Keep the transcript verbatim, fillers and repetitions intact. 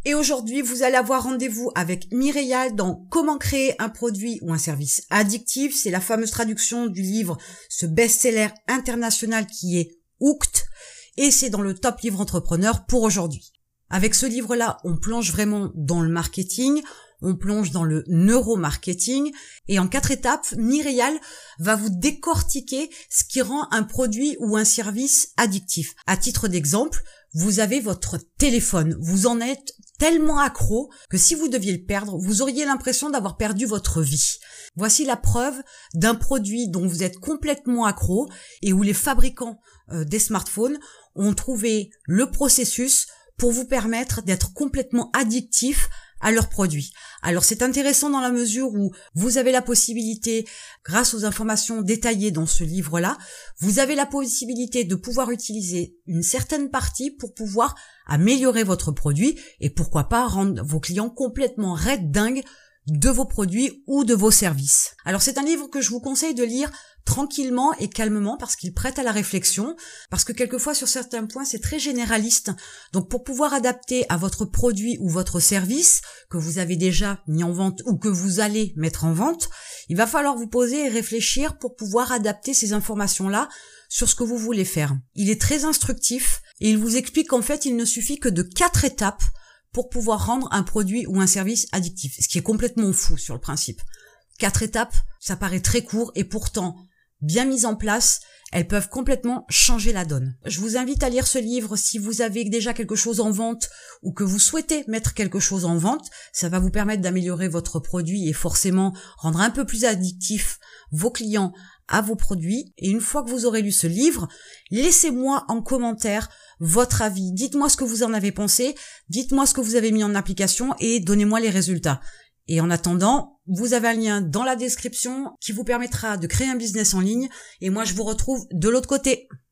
Et aujourd'hui, vous allez avoir rendez-vous avec Myrial dans Comment créer un produit ou un service addictif. C'est la fameuse traduction du livre, ce best-seller international qui est Hooked. Et c'est dans le top livre entrepreneur pour aujourd'hui. Avec ce livre-là, on plonge vraiment dans le marketing, on plonge dans le neuromarketing et en quatre étapes, Myrial va vous décortiquer ce qui rend un produit ou un service addictif. À titre d'exemple, vous avez votre téléphone, vous en êtes tellement accro que si vous deviez le perdre, vous auriez l'impression d'avoir perdu votre vie. Voici la preuve d'un produit dont vous êtes complètement accro et où les fabricants euh, des smartphones ont trouvé le processus pour vous permettre d'être complètement addictif à leurs produits. Alors c'est intéressant dans la mesure où vous avez la possibilité, grâce aux informations détaillées dans ce livre-là, vous avez la possibilité de pouvoir utiliser une certaine partie pour pouvoir améliorer votre produit et pourquoi pas rendre vos clients complètement raides dingues de vos produits ou de vos services. Alors c'est un livre que je vous conseille de lire tranquillement et calmement parce qu'il prête à la réflexion, parce que quelquefois sur certains points c'est très généraliste. Donc pour pouvoir adapter à votre produit ou votre service que vous avez déjà mis en vente ou que vous allez mettre en vente, il va falloir vous poser et réfléchir pour pouvoir adapter ces informations-là sur ce que vous voulez faire. Il est très instructif et il vous explique qu'en fait il ne suffit que de quatre étapes pour pouvoir rendre un produit ou un service addictif, ce qui est complètement fou sur le principe. Quatre étapes, ça paraît très court et pourtant, bien mises en place, elles peuvent complètement changer la donne. Je vous invite à lire ce livre si vous avez déjà quelque chose en vente ou que vous souhaitez mettre quelque chose en vente. Ça va vous permettre d'améliorer votre produit et forcément rendre un peu plus addictif vos clients à vos produits. Et une fois que vous aurez lu ce livre, laissez-moi en commentaire votre avis. Dites-moi ce que vous en avez pensé, dites-moi ce que vous avez mis en application et donnez-moi les résultats. Et en attendant, vous avez un lien dans la description qui vous permettra de créer un business en ligne et moi je vous retrouve de l'autre côté.